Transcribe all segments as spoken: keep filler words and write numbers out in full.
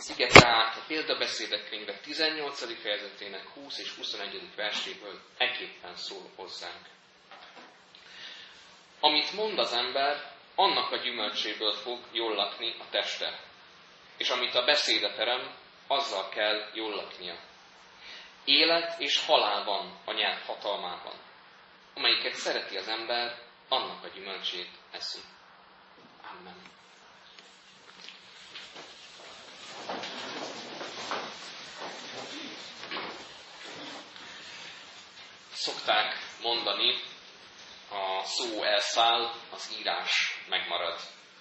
Az ige tehát a példabeszédek könyve tizennyolcadik fejezetének húsz és huszonegyedik verséből ekképpen szól hozzánk. Amit mond az ember, annak a gyümölcséből fog jól lakni a teste. És amit a beszéde terem, azzal kell jól laknia. Élet és halál van a nyelv hatalmában. Amelyiket szereti az ember, annak a gyümölcsét eszi. Amen. Szokták mondani, a szó elszáll, az írás megmarad.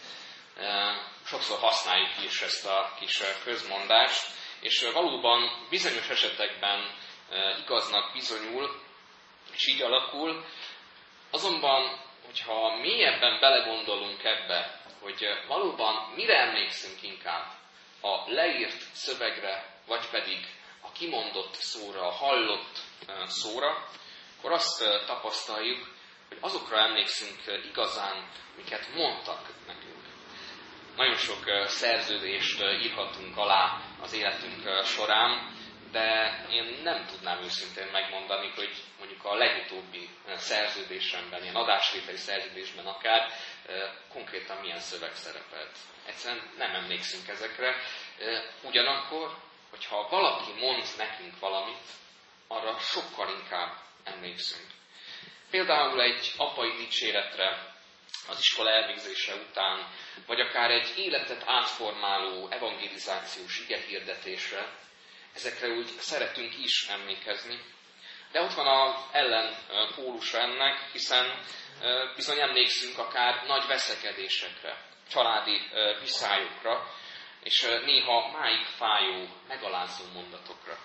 Sokszor használjuk is ezt a kis közmondást, és valóban bizonyos esetekben igaznak bizonyul, és így alakul. Azonban, hogyha mélyebben belegondolunk ebbe, hogy valóban mire emlékszünk inkább, a leírt szövegre, vagy pedig a kimondott szóra, a hallott szóra, akkor azt tapasztaljuk, hogy azokra emlékszünk igazán, miket mondtak nekünk. Nagyon sok szerződést írhatunk alá az életünk során, de én nem tudnám őszintén megmondani, hogy mondjuk a legutóbbi szerződésemben, ilyen adásvételi szerződésben akár, konkrétan milyen szöveg szerepelt. Egyszerűen nem emlékszünk ezekre. Ugyanakkor, hogyha valaki mond nekünk valamit, arra sokkal inkább emlékszünk. Például egy apai dicséretre az iskola elvégzése után, vagy akár egy életet átformáló evangelizációs igehirdetésre, ezekre úgy szeretünk is emlékezni. De ott van az ellenpólusa ennek, hiszen bizony emlékszünk akár nagy veszekedésekre, családi viszályokra, és néha máig fájó, megalázó mondatokra.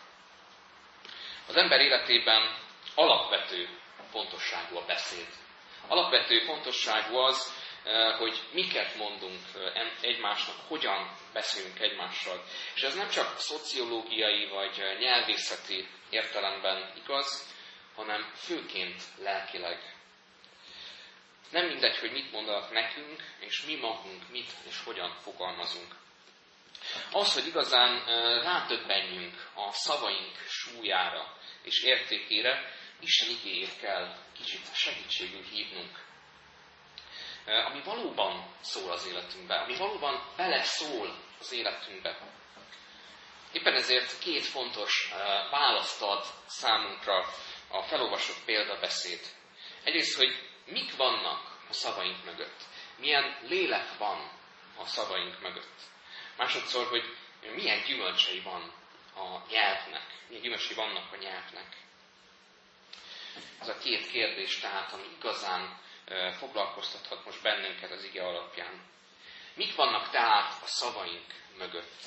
Az ember életében alapvető fontosságú a beszéd. Alapvető fontosságú az, hogy miket mondunk egymásnak, hogyan beszélünk egymással. És ez nem csak szociológiai vagy nyelvészeti értelemben igaz, hanem főként lelkileg. Nem mindegy, hogy mit mondanak nekünk, és mi magunk mit és hogyan fogalmazunk. Az, hogy igazán rádöbbenjünk a szavaink súlyára és értékére, Isten igéjét kell kicsit segítségül hívnunk. Ami valóban szól az életünkbe, ami valóban beleszól az életünkbe. Éppen ezért két fontos választ ad számunkra a felolvasott példabeszéd. Egyrészt, hogy mik vannak a szavaink mögött, milyen lélek van a szavaink mögött. Másodszor, hogy milyen gyümölcsei van a nyelvnek, milyen gyümölcsei vannak a nyelvnek. Ez a két kérdés tehát, ami igazán foglalkoztathat most bennünket az ige alapján. Mik vannak tehát a szavaink mögött?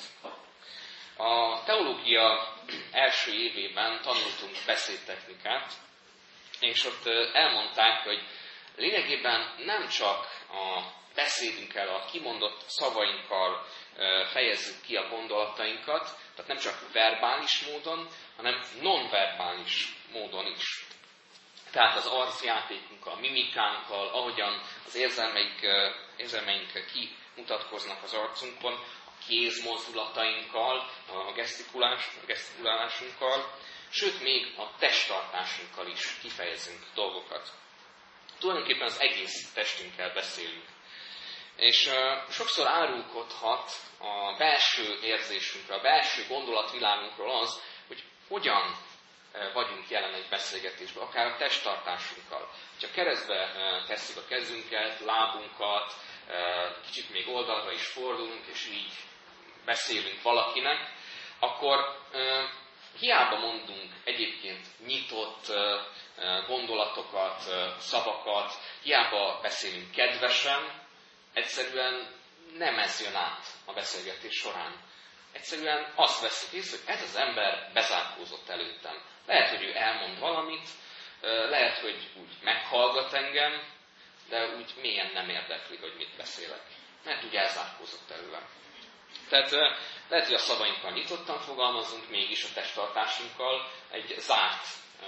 A teológia első évében tanultunk beszédtechnikát, és ott elmondták, hogy lényegében nem csak a beszédünkkel, a kimondott szavainkkal fejezzük ki a gondolatainkat, tehát nem csak verbális módon, hanem nonverbális módon is. Tehát az arcjátékunkkal, mimikánkkal, ahogyan az érzelmeink, érzelmeink kimutatkoznak az arcunkon, a kézmozdulatainkkal, a gesztikulás, a gesztikulálásunkkal, sőt még a testtartásunkkal is kifejezünk dolgokat. Tulajdonképpen az egész testünkkel beszélünk. És uh, sokszor árulkodhat a belső érzésünkre, a belső gondolatvilágunkról az, hogy hogyan vagyunk jelen egy beszélgetésben, akár a testtartásunkkal. Ha keresztbe tesszük a kezünket, lábunkat, kicsit még oldalra is fordulunk, és így beszélünk valakinek, akkor hiába mondunk egyébként nyitott gondolatokat, szavakat, hiába beszélünk kedvesen, egyszerűen nem ez jön át a beszélgetés során. Egyszerűen azt veszük észre, hogy ez az ember bezárkózott előttem. Lehet, hogy ő elmond valamit, lehet, hogy úgy meghallgat engem, de úgy mélyen nem érdekli, hogy mit beszélek. Mert úgy elzárkózott előlem. Tehát lehet, hogy a szavainkkal nyitottan fogalmazunk, mégis a testtartásunkkal egy zárt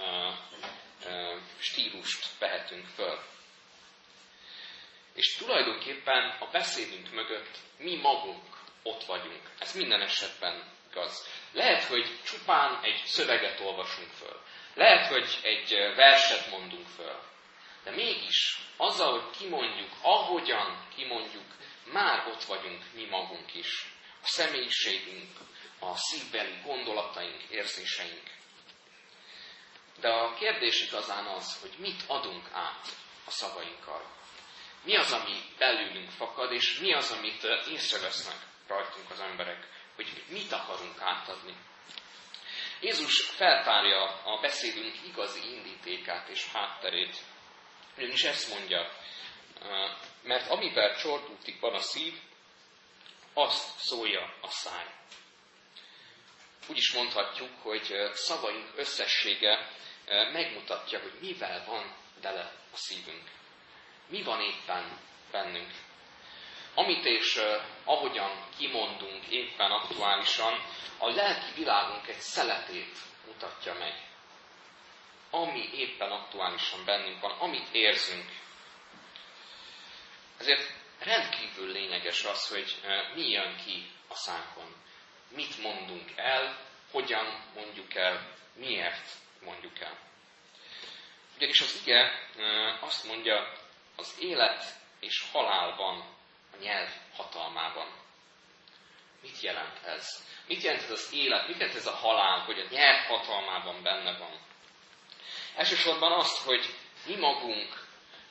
stílust vehetünk föl. És tulajdonképpen a beszédünk mögött mi magunk ott vagyunk. Ez minden esetben igaz. Lehet, hogy csupán egy szöveget olvasunk föl. Lehet, hogy egy verset mondunk föl. De mégis azzal, hogy kimondjuk, ahogyan kimondjuk, már ott vagyunk mi magunk is. A személyiségünk, a szívbeli gondolataink, érzéseink. De a kérdés igazán az, hogy mit adunk át a szavainkkal. Mi az, ami belőlünk fakad, és mi az, amit észrevesznek rajtunk az emberek, hogy mit akarunk átadni. Jézus feltárja a beszédünk igazi indítékát és hátterét. Ugyanis ezt mondja, mert amivel csordultig van a szív, azt szólja a száj. Úgy is mondhatjuk, hogy szavaink összessége megmutatja, hogy mivel van tele a szívünk. Mi van éppen bennünk. Amit és ahogyan kimondunk éppen aktuálisan, a lelki világunk egy szeletét mutatja meg. Ami éppen aktuálisan bennünk van, amit érzünk. Ezért rendkívül lényeges az, hogy mi jön ki a szánkon. Mit mondunk el, hogyan mondjuk el, miért mondjuk el. Ugyanis az ige azt mondja, az élet és halál van a nyelv hatalmában. Mit jelent ez? Mit jelent ez az élet? Mit jelent ez a halál, hogy a nyelv hatalmában benne van? Elsősorban azt, hogy mi magunk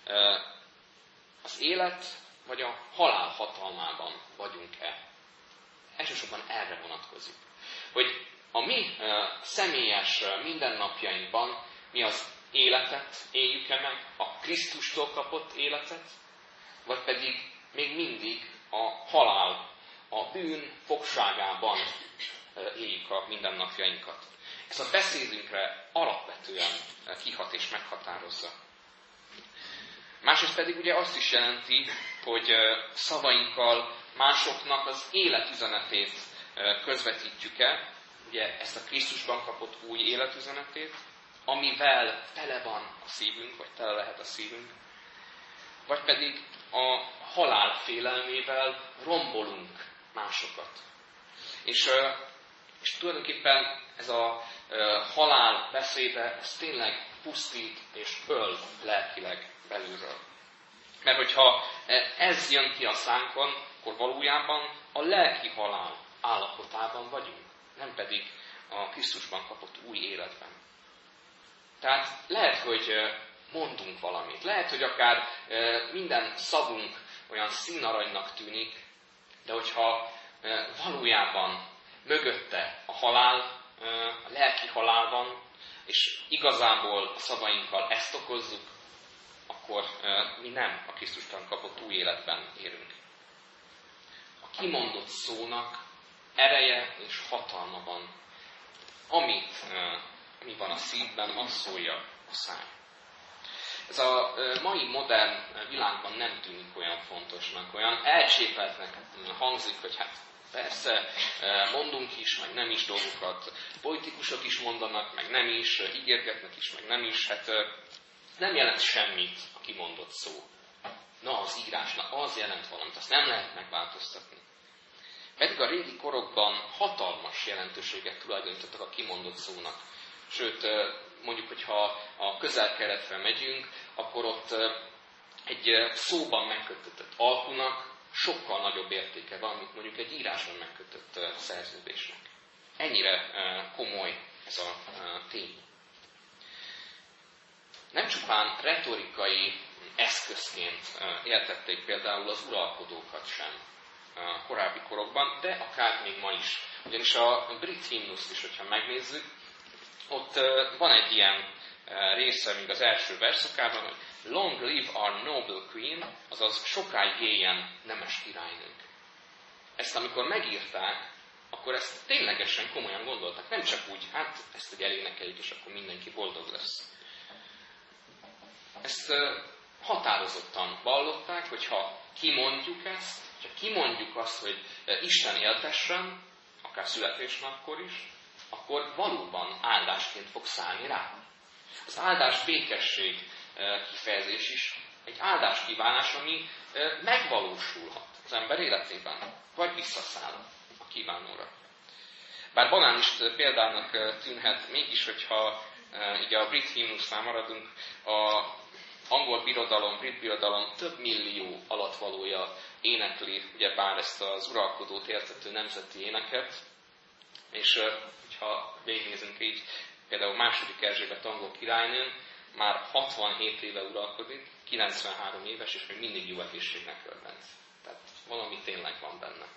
az élet vagy a halál hatalmában vagyunk-e. Elsősorban erre vonatkozik. Hogy a mi személyes mindennapjainkban mi az életet éljük-e meg, a Krisztustól kapott életet, vagy pedig még mindig a halál, a bűn fogságában éljük a mindennapjainkat. Ez a beszédünkre alapvetően kihat és meghatározza. Másrészt pedig ugye azt is jelenti, hogy szavainkkal másoknak az életüzenetét közvetítjük el, ugye ezt a Krisztusban kapott új életüzenetét, amivel tele van a szívünk, vagy tele lehet a szívünk, vagy pedig a halál félelmével rombolunk másokat. És, és tulajdonképpen ez a halál beszéde, ez tényleg pusztít és öl lelkileg belülről. Mert hogyha ez jön ki a szánkon, akkor valójában a lelki halál állapotában vagyunk, nem pedig a Krisztusban kapott új életben. Tehát lehet, hogy mondunk valamit. Lehet, hogy akár minden szavunk olyan színaranynak tűnik, de hogyha valójában mögötte a halál, a lelki halál van, és igazából a szavainkkal ezt okozzuk, akkor mi nem a Krisztusban kapott új életben érünk. A kimondott szónak ereje és hatalma van. Amit mi van a szívben, azt szólja a száj. Ez a mai modern világban nem tűnik olyan fontosnak, olyan elcsépeltnek hangzik, hogy hát persze mondunk is, meg nem is dolgokat, politikusok is mondanak, meg nem is, ígérgetnek is, meg nem is, hát nem jelent semmit a kimondott szó. Na, az írás, na, az jelent valamit, azt nem lehet megváltoztatni. Pedig a régi korokban hatalmas jelentőséget tulajdonítottak a kimondott szónak. Sőt, mondjuk, hogyha a közel-keletre megyünk, akkor ott egy szóban megkötött alkunak sokkal nagyobb értéke van, mint mondjuk egy írásban megkötött szerződésnek. Ennyire komoly ez a tény. Nem csupán retorikai eszközként értették például az uralkodókat sem a korábbi korokban, de akár még ma is. Ugyanis a brit himnuszt is, hogyha megnézzük, ott van egy ilyen része, mint az első verszakában, hogy Long live our noble queen, azaz sokáig éljen nemes királynőnk. Ezt amikor megírták, akkor ezt ténylegesen komolyan gondoltak. Nem csak úgy, hát ezt egy elénekeljük, és akkor mindenki boldog lesz. Ezt határozottan vallották, hogy ha kimondjuk ezt, ha kimondjuk azt, hogy Isten éltessen, akár születésnapkor is, akkor valóban áldásként fog szállni rá. Az áldás békesség kifejezés is egy áldáskívánás, ami megvalósulhat. az ember életében, vagy visszaszáll a kívánóra. Bár banális példának tűnhet, mégis, hogyha így a brit himnusznál maradunk, a angol birodalom, brit birodalom több millió alattvalója énekli, ugyebár ezt az uralkodót értető nemzeti éneket, és hogyha végignézünk így, például második Erzsébet angol királynőn, már hatvanhét éve uralkodik, kilencvenhárom éves, és még mindig jó egészségnek örvend. Tehát valami tényleg van benne.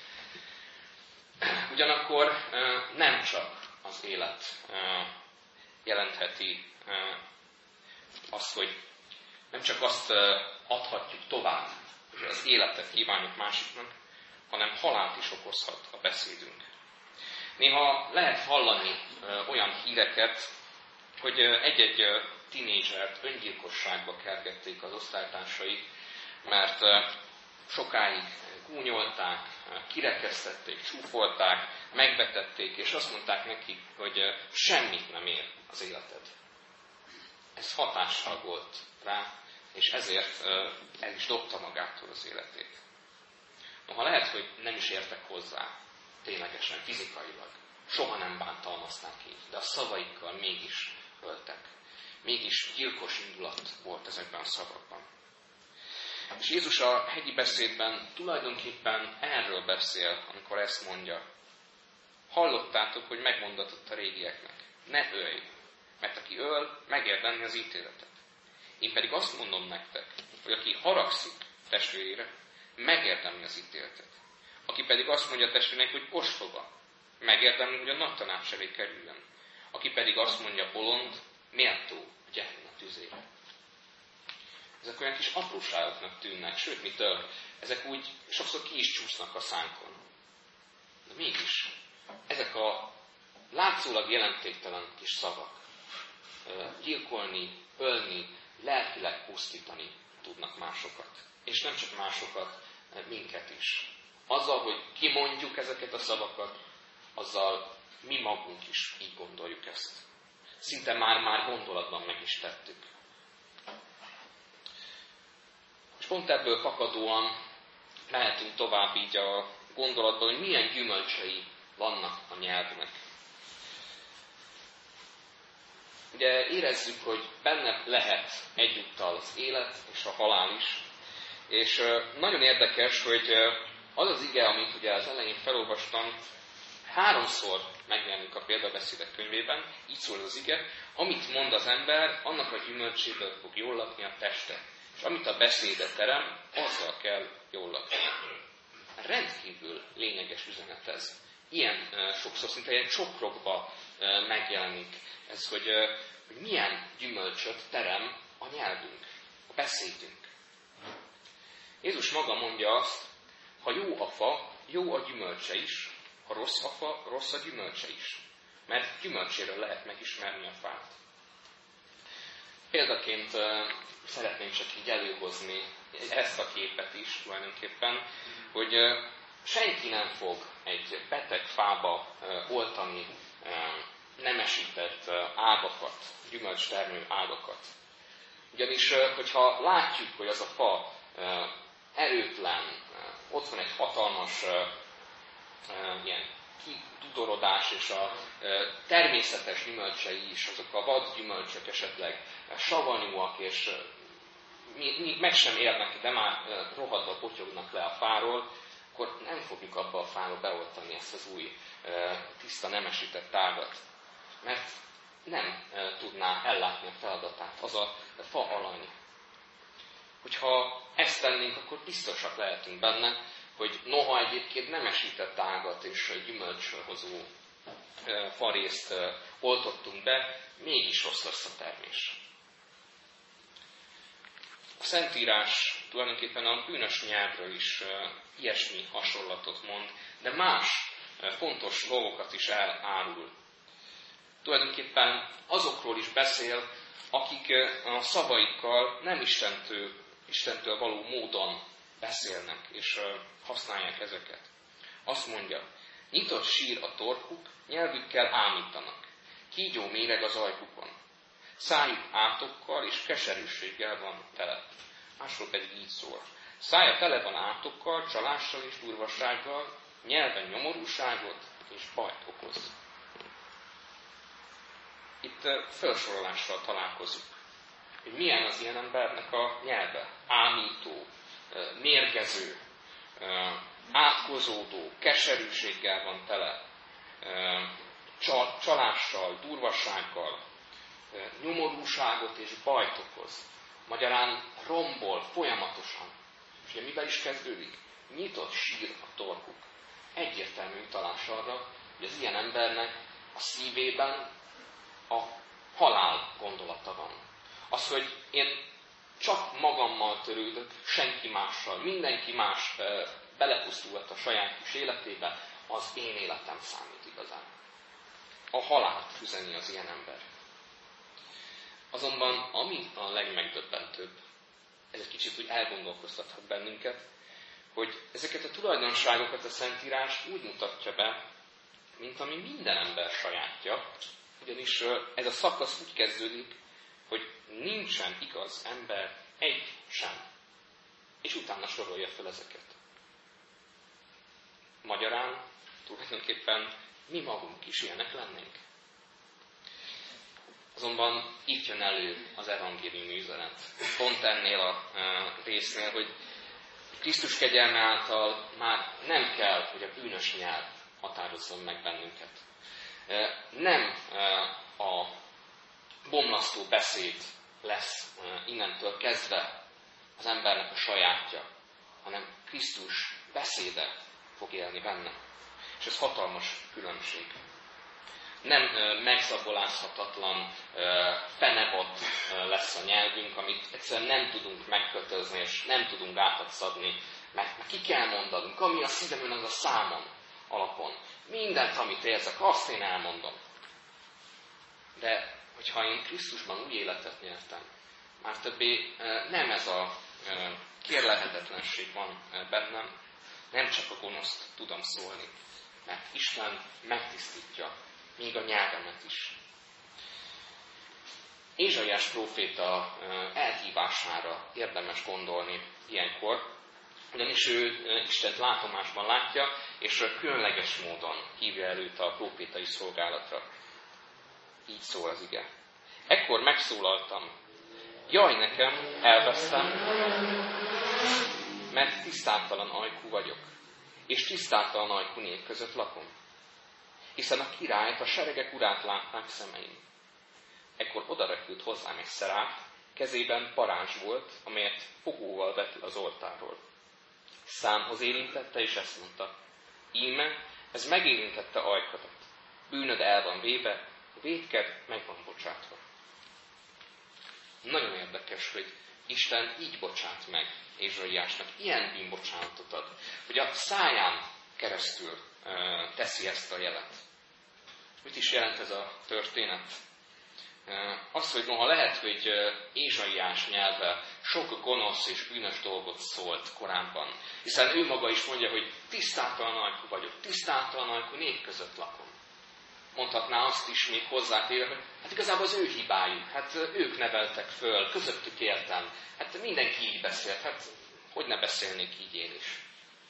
Ugyanakkor nem csak az élet jelentheti azt, hogy nem csak azt adhatjuk tovább, hogy az életet kívánjuk másiknak, hanem halált is okozhat a beszédünk. Néha lehet hallani olyan híreket, hogy egy-egy tinédzsert öngyilkosságba kergették az osztálytársai, mert sokáig gúnyolták, kirekesztették, csúfolták, megvetették, és azt mondták neki, hogy semmit nem ér az életed. Ez hatással volt rá, és ezért el is dobta magától az életét. Noha lehet, hogy nem is értek hozzá, ténylegesen, fizikailag. Soha nem bántalmazták így, de a szavaikkal mégis öltek. Mégis gyilkos indulat volt ezekben a szavakban. És Jézus a hegyi beszédben tulajdonképpen erről beszél, amikor ezt mondja. Hallottátok, hogy megmondatott a régieknek. Ne ölj, mert aki öl, megérdemli az ítéletet. Én pedig azt mondom nektek, hogy aki haragszik testvérére, megérdemli az ítéletet. Aki pedig azt mondja a testvérének, hogy ostoba, megérdemli, hogy a nagy tanács elé kerüljön. Aki pedig azt mondja bolond, méltó a tüzére. Ezek olyan kis apróságoknak tűnnek, sőt, mitől ezek úgy sokszor ki is csúsznak a szánkon. De mégis, ezek a látszólag jelentéktelen kis szavak gyilkolni, ölni, lelkileg pusztítani tudnak másokat. És nem csak másokat, minket is. Azzal, hogy kimondjuk ezeket a szavakat, azzal mi magunk is így gondoljuk ezt. Szinte már-már gondolatban meg is tettük. És pont ebből fakadóan mehetünk tovább így a gondolatban, hogy milyen gyümölcsei vannak a nyelvnek. Ugye érezzük, hogy benne lehet egyúttal az élet és a halál is. És nagyon érdekes, hogy az az ige, amit ugye az elején felolvastam, háromszor megjelenik a példabeszédek könyvében, így szól az ige, amit mond az ember, annak a gyümölcséből fog jól lakni a teste. És amit a beszéde terem, azzal kell jól lakni. Rendkívül lényeges üzenet ez. Ilyen sokszor, szinte ilyen csokrokba megjelenik ez, hogy, hogy milyen gyümölcsöt terem a nyelvünk, a beszédünk. Jézus maga mondja azt, ha jó a fa, jó a gyümölcse is, ha rossz a fa, rossz a gyümölcse is. Mert gyümölcséről lehet megismerni a fát. Példaként szeretném csak így előhozni ezt a képet is tulajdonképpen, hogy senki nem fog egy beteg fába oltani nemesített ágakat, gyümölcstermő ágakat. Ugyanis, hogyha látjuk, hogy az a fa erőtlen, ott van egy hatalmas ilyen kidudorodás, és a természetes gyümölcsei is, azok a vad gyümölcsök esetleg savanyúak, és még meg sem érnek, de már rohadva potyognak le a fáról, akkor nem fogjuk abba a fába beoltani ezt az új, tiszta, nemesített ágat. Mert nem tudná ellátni a feladatát, az a fa alany. Hogyha ezt tennénk, akkor biztosak lehetünk benne, hogy noha egyébként nemesített ágat és gyümölcshozó farészt oltottunk be, mégis rossz lesz a termés. A Szentírás tulajdonképpen a bűnös nyelvről is ilyesmi hasonlatot mond, de más fontos dolgokat is elárul. Tulajdonképpen azokról is beszél, akik a szavaikkal nem Istentől, Istentől való módon beszélnek, és használják ezeket. Azt mondja, nyitott sír a torkuk, nyelvükkel ámítanak, kígyó méreg az ajkukon, szájuk átokkal és keserűséggel van tele. Máshol pedig így szól, Szája tele van átokkal, csalással és durvasággal, nyelven nyomorúságot és bajt okoz. Itt felsorolással találkozunk, hogy milyen az ilyen embernek a nyelve. Ámító, mérgező, átkozódó, keserűséggel van tele, csalással, durvasággal, nyomorúságot és bajt okoz. Magyarán rombol folyamatosan. És ugye mivel is kezdődik? Nyitott sír a torkuk. Egyértelmű utalás arra, hogy az ilyen embernek a szívében a halál gondolata van. Az, hogy én csak magammal törődök, senki mással, mindenki más belepusztulhat a saját kis életébe, az én életem számít igazán. A halált üzeni az ilyen ember. Azonban ami a legmegdöbbentőbb, ez egy kicsit úgy elgondolkoztathat bennünket, hogy ezeket a tulajdonságokat a Szentírás úgy mutatja be, mint ami minden ember sajátja, ugyanis ez a szakasz úgy kezdődik, hogy nincsen igaz ember egy sem. És utána sorolja fel ezeket. Magyarán tulajdonképpen mi magunk is ilyenek lennénk. Azonban itt jön elő az evangéliumi üzenet. Pont ennél a résznél, hogy Krisztus kegyelme által már nem kell, hogy a bűnös nyelv határozzon meg bennünket. Nem a bomlasztó beszéd lesz innentől kezdve az embernek a sajátja, hanem Krisztus beszéde fog élni benne. És ez hatalmas különbség. Nem megszabolázhatatlan fenebot lesz a nyelvünk, amit egyszerűen nem tudunk megkötözni, és nem tudunk átadszadni, mert ki kell mondanunk, ami a szívemön, az a számon alapon. Mindent, amit érzek, azt én elmondom. De hogyha én Krisztusban új életet nyertem, már többé nem ez a kérlelhetetlenség van bennem, nem csak a gonoszt tudom szólni, mert Isten megtisztítja még a nyelvemet is. Ézsaiás próféta elhívására érdemes gondolni ilyenkor, ugyanis ő Istent látomásban látja, és különleges módon hívja előtt a prófétai szolgálatra. Így szól az ige. Ekkor megszólaltam, jaj nekem, elvesztem, mert tisztátalan ajkú vagyok, és tisztátalan ajkú nép között lakom. Hiszen a királyt, a seregek urát látnák szemeim. Ekkor odarepült hozzám egy szeráf, kezében parázs volt, amelyet fogóval vett az oltárról. Számhoz érintette, és ezt mondta, íme, ez megérintette ajkadat. Bűnöd el van véve, vétked meg van bocsátva. Nagyon érdekes, hogy Isten így bocsát meg Ézsaiásnak, ilyen bűnbocsánatot ad, hogy a száján keresztül uh, teszi ezt a jelet. Mit is jelent ez a történet? Uh, az, hogy noha lehet, hogy uh, Ézsaiás nyelve sok gonosz és bűnös dolgot szólt korábban, hiszen ő maga is mondja, hogy tisztátalan ajkú vagyok, tisztátalan ajkú nép között lakom. Mondhatná azt is még hozzátéve, hogy hát igazából az ő hibájuk, hát ők neveltek föl, közöttük éltem, hát mindenki így beszélt, hát hogy ne beszélnék így én is.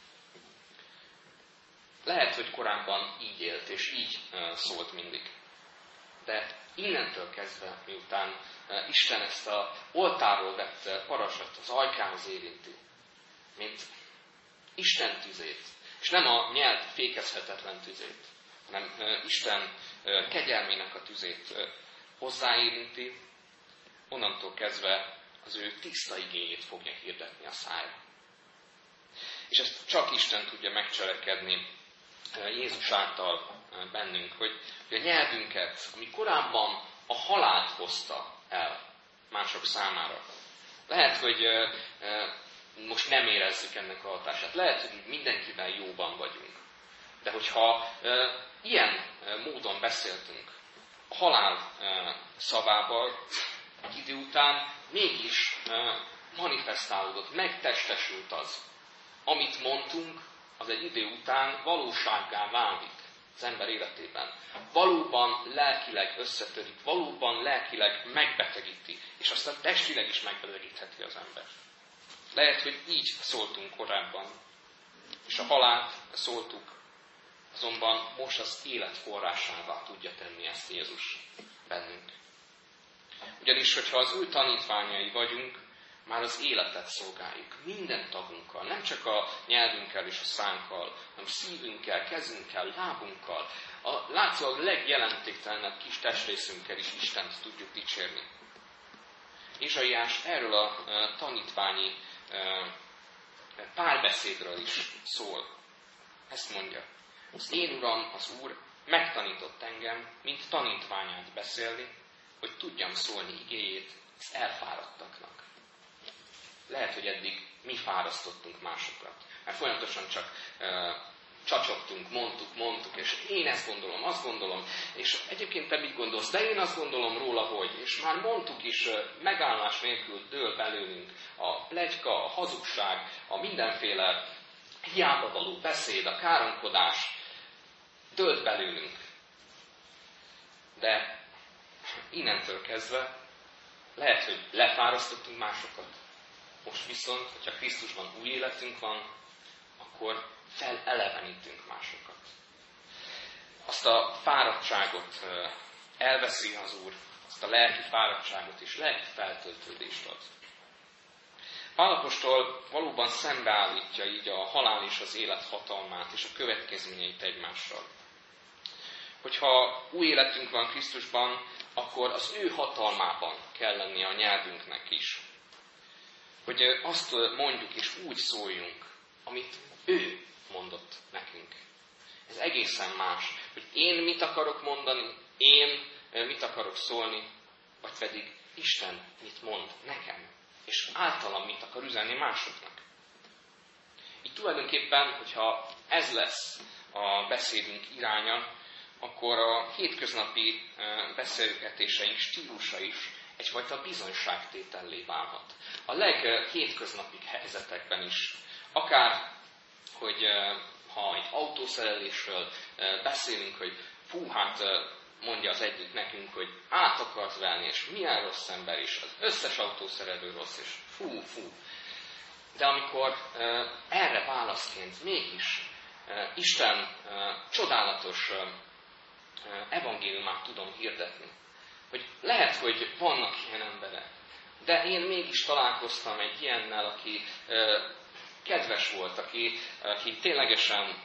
Lehet, hogy korábban így élt, és így szólt mindig. De innentől kezdve, miután Isten ezt a oltárról vett parazsat az ajkához érinti, mint Isten tüzét, és nem a nyelv fékezhetetlen tüzét, hanem Isten kegyelmének a tüzét hozzáérinti, onnantól kezdve az ő tiszta igényét fogja hirdetni a szája. És ezt csak Isten tudja megcselekedni Jézus által bennünk, hogy a nyelvünket, ami korábban a halált hozta el mások számára. Lehet, hogy most nem érezzük ennek a hatását. Lehet, hogy mindenkivel jóban vagyunk. De hogyha ilyen módon beszéltünk a halál szavával, egy idő után mégis manifestálódott, megtestesült az. Amit mondtunk, az egy idő után valósággá válik az ember életében. Valóban lelkileg összetörik, valóban lelkileg megbetegíti, és aztán testileg is megbetegítheti az ember. Lehet, hogy így szóltunk korábban, és a halált szóltuk, azonban most az élet forrásává tudja tenni ezt Jézus bennünk. Ugyanis, hogyha az ő tanítványai vagyunk, már az életet szolgáljuk minden tagunkkal, nem csak a nyelvünkkel és a szánkkal, hanem szívünkkel, kezünkkel, lábunkkal, a látszólag legjelentéktelenebb kis testrészünkkel is Istent tudjuk dicsérni. Ézsaiás erről a tanítványi párbeszédről is szól. Ezt mondja: az én Uram, az Úr megtanított engem, mint tanítványát beszélni, hogy tudjam szólni igéjét az elfáradtaknak. Lehet, hogy eddig mi fárasztottunk másokat, mert folyamatosan csak uh, csacsogtunk, mondtuk, mondtuk, és én ezt gondolom, azt gondolom, és egyébként te mit gondolsz, de én azt gondolom róla, hogy, és már mondtuk is, uh, megállás nélkül dől belőlünk a pletyka, a hazugság, a mindenféle hiába való beszéd, a káromkodás dölt belőlünk. De innentől kezdve lehet, hogy lefárasztottunk másokat. Most viszont, hogyha Krisztusban új életünk van, akkor felelevenítünk másokat. Azt a fáradtságot elveszi az Úr, azt a lelki fáradtságot és lelki feltöltődést ad. Pál apostol valóban szembeállítja így a halál és az élet hatalmát és a következményeit egymással. Hogyha új életünk van Krisztusban, akkor az ő hatalmában kell lennie a nyelvünknek is. Hogy azt mondjuk és úgy szóljunk, amit ő mondott nekünk. Ez egészen más, hogy én mit akarok mondani, én mit akarok szólni, vagy pedig Isten mit mond nekem, és általam mit akar üzenni másoknak. Így tulajdonképpen, hogyha ez lesz a beszédünk iránya, akkor a hétköznapi beszélgetéseink stílusa is egyfajta bizonyságtétellé válhat. A leghétköznapibb helyzetekben is. Akár, hogy ha egy autószerelésről beszélünk, hogy fú, hát mondja az egyik nekünk, hogy át akart venni, és milyen rossz ember is, az összes autószerelő rossz, és fú, fú. De amikor erre válaszként mégis Isten csodálatos evangéliumát tudom hirdetni, hogy lehet, hogy vannak ilyen emberek, de én mégis találkoztam egy ilyennel, aki kedves volt, aki, aki ténylegesen,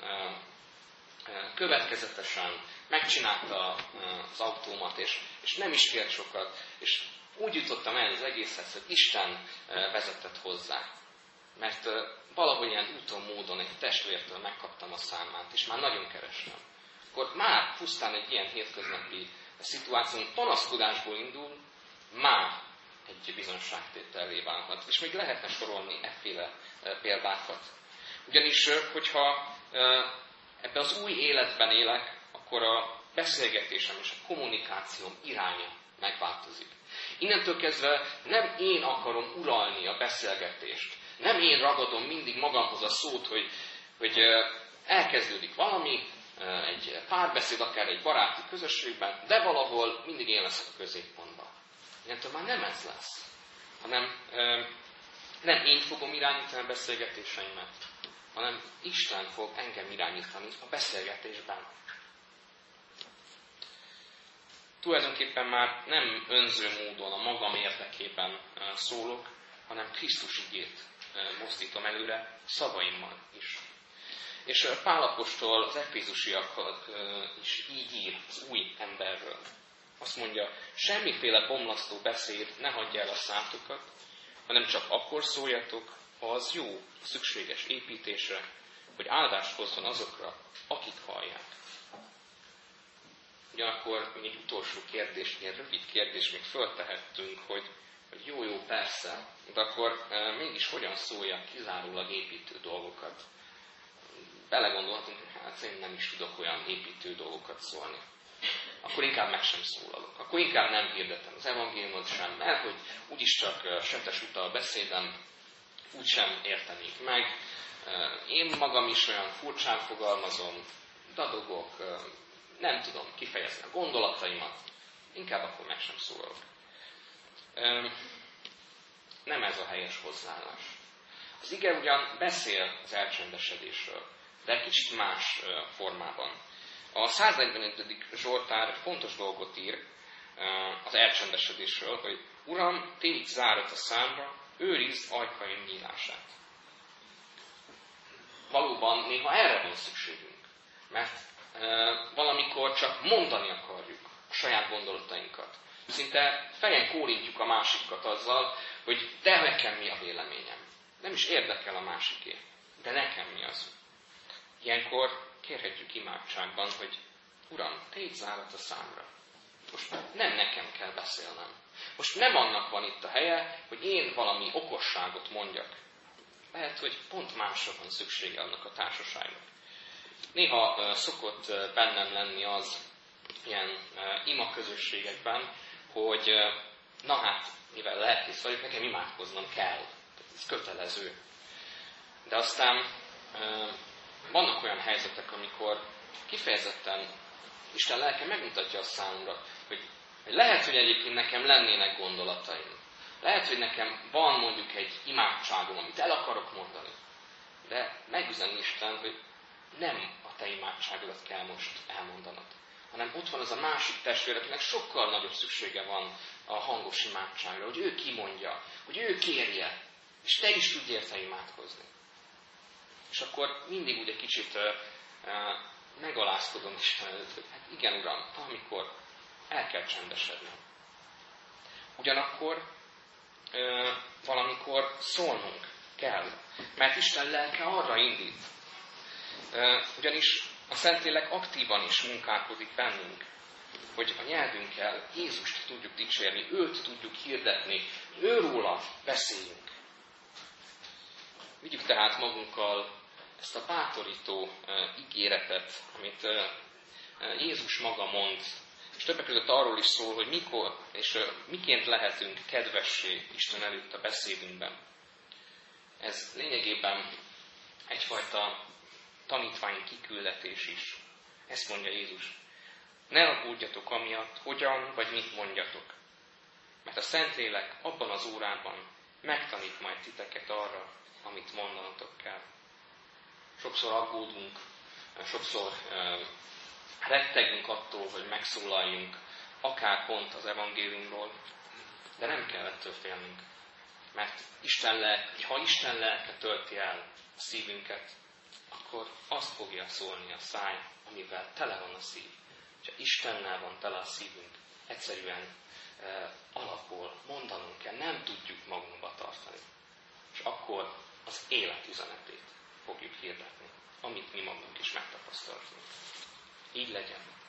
következetesen megcsinálta az autómat, és, és nem is kért sokat, és úgy jutottam el az egészhez, hogy Isten vezetett hozzá. Mert valahogy ilyen úton, módon egy testvértől megkaptam a számát, és már nagyon kerestem. Akkor már pusztán egy ilyen hétköznapi szituáción panaszkodásból indul, már egy bizonságtétellé válhat. És még lehetne sorolni efféle példákat. Ugyanis, hogyha ebben az új életben élek, akkor a beszélgetésem és a kommunikációm iránya megváltozik. Innentől kezdve nem én akarom uralni a beszélgetést. Nem én ragadom mindig magamhoz a szót, hogy, hogy elkezdődik valami, egy párbeszéd, akár egy baráti közösségben, de valahol mindig én leszek a középpontban. Innentől már nem ez lesz, hanem nem én fogom irányítani a beszélgetéseimet, hanem Isten fog engem irányítani a beszélgetésben. Tulajdonképpen már nem önző módon a magam érdekében szólok, hanem Krisztus igét mozdítom előre szavaimmal is. És Pál apostol az efézusiakat is így ír az új emberről. Azt mondja, semmiféle bomlasztó beszéd ne hagyja el a szátokat, hanem csak akkor szóljatok, ha az jó, szükséges építésre, hogy áldást hozzon azokra, akik hallják. Ugyanakkor még egy utolsó kérdés, egy rövid kérdés még föltehettünk, hogy, hogy jó, jó, persze, de akkor e, mégis hogyan szóljak kizárólag építő dolgokat. Belegondolhatunk, hogy hát én nem is tudok olyan építő dolgokat szólni. Akkor inkább meg sem szólalok. Akkor inkább nem hirdetem az evangéliumot sem, mert hogy úgyis csak setes utal beszédem, úgysem értenék meg. Én magam is olyan furcsán fogalmazom, dadogok, nem tudom kifejezni a gondolataimat, inkább akkor meg sem szólalok. Nem ez a helyes hozzáállás. Az ige ugyan beszél az elcsendesedésről, de egy kicsit más formában. A száznegyvenötödik Zsoltár fontos dolgot ír az elcsendesedésről, hogy Uram, tégy zárat a számra, őrizd ajkaim nyílását. Valóban néha erre van szükségünk, mert valamikor csak mondani akarjuk a saját gondolatainkat. Szinte fejen kólintjuk a másikat azzal, hogy de nekem mi a véleményem. Nem is érdekel a másiké, de nekem mi az. Ilyenkor kérhetjük imádságban, hogy Uram, tégy zárat a számra. Most nem nekem kell beszélnem. Most nem annak van itt a helye, hogy én valami okosságot mondjak. Lehet, hogy pont másra van szüksége annak a társaságnak. Néha uh, szokott uh, bennem lenni az ilyen uh, ima közösségekben, hogy uh, na hát, mivel lelkész vagyok, nekem imádkoznom kell. Ez kötelező. De aztán uh, vannak olyan helyzetek, amikor kifejezetten Isten lelke megmutatja azt számomra, hogy lehet, hogy egyébként nekem lennének gondolataim. Lehet, hogy nekem van mondjuk egy imádságom, amit el akarok mondani. De megüzen Isten, hogy nem a te imádságodat kell most elmondanod, hanem ott van az a másik testvér, akinek sokkal nagyobb szüksége van a hangos imádságra, hogy ő kimondja, hogy ő kérje, és te is tudj érte imádkozni. És akkor mindig úgy egy kicsit uh, uh, megalázkodom Isten előtt, hogy hát igen, Uram, amikor el kell csendesednem. Ugyanakkor uh, valamikor szólnunk kell, mert Isten lelke arra indít. Uh, ugyanis a Szentlélek aktívan is munkálkodik bennünk, hogy a nyelvünkkel Jézust tudjuk dicsérni, őt tudjuk hirdetni, őróla beszéljünk. Vigyük tehát magunkkal ezt a bátorító uh, ígéretet, amit uh, Jézus maga mond, és többek között arról is szól, hogy mikor és uh, miként lehetünk kedvessé Isten előtt a beszédünkben. Ez lényegében egyfajta tanítvány kiküldetés is. Ezt mondja Jézus. Ne aggódjatok amiatt, hogyan vagy mit mondjatok. Mert a Szentlélek abban az órában megtanít majd titeket arra, amit mondanatok kell. Sokszor aggódunk, sokszor uh, rettegünk attól, hogy megszólaljunk, akár pont az evangéliumról, de nem kell ettől félnünk. Mert Isten lelke, ha Isten lelke tölti el a szívünket, akkor azt fogja szólni a száj, amivel tele van a szív. És ha Istennel van tele a szívünk, egyszerűen e, alapból mondanunk kell, nem tudjuk magunkba tartani. És akkor az élet üzenetét fogjuk hirdetni, amit mi magunk is megtapasztaltunk. Így legyen.